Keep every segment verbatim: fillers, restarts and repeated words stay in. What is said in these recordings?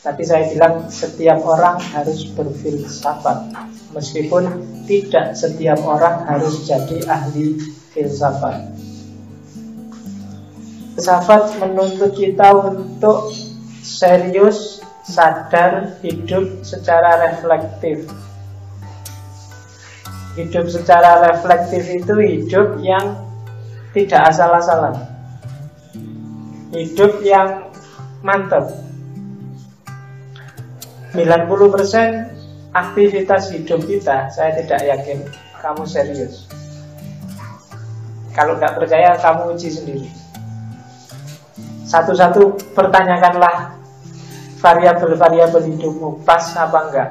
Tadi saya bilang setiap orang harus berfilsafat, meskipun tidak setiap orang harus jadi ahli filsafat. Filsafat menuntut kita untuk serius, sadar, hidup secara reflektif. Hidup secara reflektif itu hidup yang tidak asal-asalan, hidup yang mantap. sembilan puluh persen aktivitas hidup kita, saya tidak yakin kamu serius. Kalau nggak percaya, kamu uji sendiri. Satu-satu pertanyakanlah variabel-variabel hidupmu, pas apa enggak.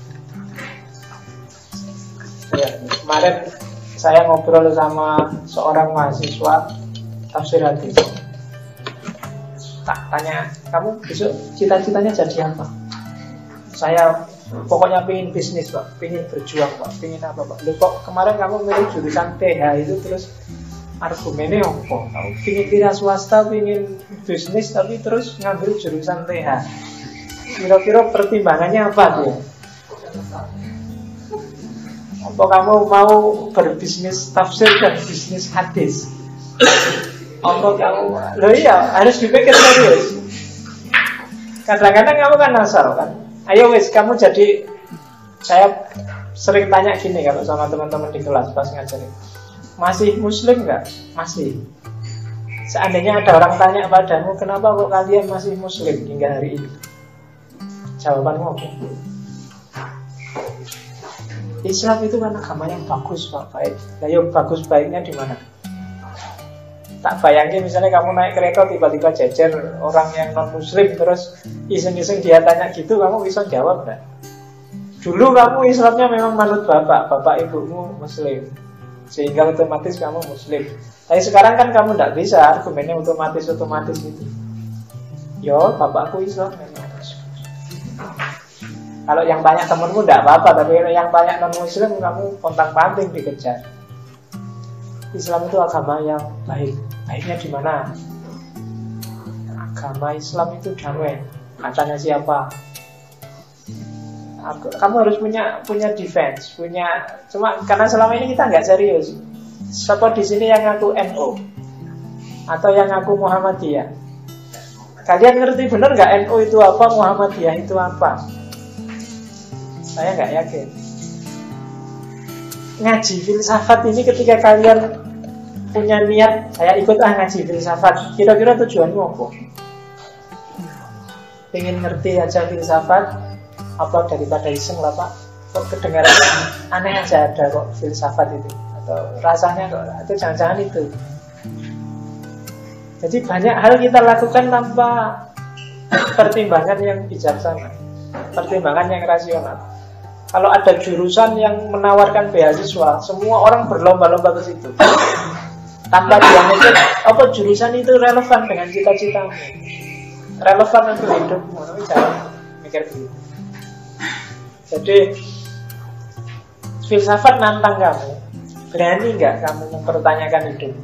Ya, kemarin saya ngobrol sama seorang mahasiswa tafsir hadis. Tak tanya, kamu besok cita-citanya jadi apa? Saya pokoknya pengen bisnis pak, pengen berjuang pak, pengen apa pak. Loh kok kemarin kamu milih jurusan T H itu, terus argumennya apa? Kamu pengen kira swasta, pengen bisnis, tapi terus ngambil jurusan T H. Kira-kira pertimbangannya apa dia? Apa kamu mau berbisnis tafsir dan bisnis hadis? Apa kamu? Loh iya, harus dipikir serius. Kadang-kadang kamu kan asal kan. Ayo wis, kamu jadi, saya sering tanya gini kalau sama teman-teman di kelas pas ngajarin, masih muslim nggak? Masih. Seandainya ada orang tanya padamu, kenapa kok kalian masih muslim hingga hari ini? Jawabanmu apa? Islam itu kan agama yang bagus pak, baik. Nah yuk, bagus baiknya di mana? Tak bayangin misalnya kamu naik kereta tiba-tiba jejer orang yang non muslim, terus iseng-iseng dia tanya gitu, kamu bisa jawab enggak? Dulu kamu Islamnya memang manut bapak, bapak ibumu muslim, sehingga otomatis kamu muslim. Tapi sekarang kan kamu enggak bisa argumennya otomatis-otomatis gitu. Yo, bapakku Islam memang. Kalau yang banyak temenmu enggak apa-apa, tapi yang banyak non muslim kamu pontang-panting dikejar. Islam itu agama yang baik. Baiknya di mana? Agama Islam itu damai. Katanya siapa? Kamu harus punya punya defense, punya. Cuma karena selama ini kita nggak serius. Siapa di sini yang ngaku N U atau yang ngaku Muhammadiyah? Kalian ngerti bener nggak N U itu apa, Muhammadiyah itu apa? Saya nggak yakin. Ngaji filsafat ini ketika kalian punya niat, saya ikut ah ngaji filsafat, kira-kira tujuanmu apa? Pengen ngerti aja filsafat, apa daripada iseng lah pak? Kok kedengarannya aneh aja ada kok filsafat itu, atau rasanya kok, atau jangan-jangan itu. Jadi banyak hal kita lakukan tanpa pertimbangan yang bijaksana, pertimbangan yang rasional. Kalau ada jurusan yang menawarkan beasiswa, semua orang berlomba-lomba ke situ. Tanpa dia mikir, apa jurusan itu relevan dengan cita-citamu, relevan untuk hidupmu. Tapi jangan mikir begitu. Jadi filsafat nantang kamu. Berani nggak kamu mempertanyakan hidupmu?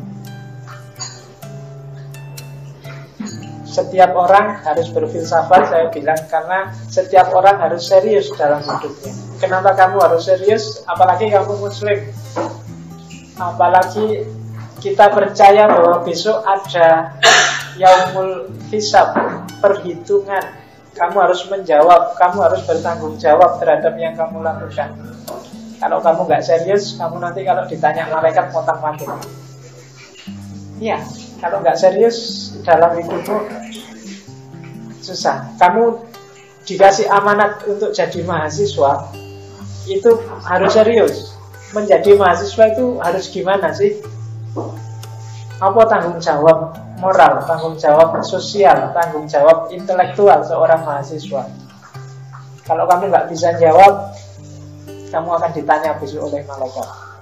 Setiap orang harus berfilsafat, saya bilang, karena setiap orang harus serius dalam hidupnya. Kenapa kamu harus serius? Apalagi kamu muslim. Apalagi kita percaya bahwa besok ada yaumul hisab, perhitungan. Kamu harus menjawab, kamu harus bertanggung jawab terhadap yang kamu lakukan. Kalau kamu nggak serius, kamu nanti kalau ditanya malaikat montang-manting. Iya, kalau nggak serius dalam hidupmu susah. Kamu dikasih amanat untuk jadi mahasiswa, itu harus serius. Menjadi mahasiswa itu harus gimana sih? Apa tanggung jawab moral, tanggung jawab sosial, tanggung jawab intelektual seorang mahasiswa? Kalau kamu nggak bisa jawab, kamu akan ditanya besok oleh malaikat.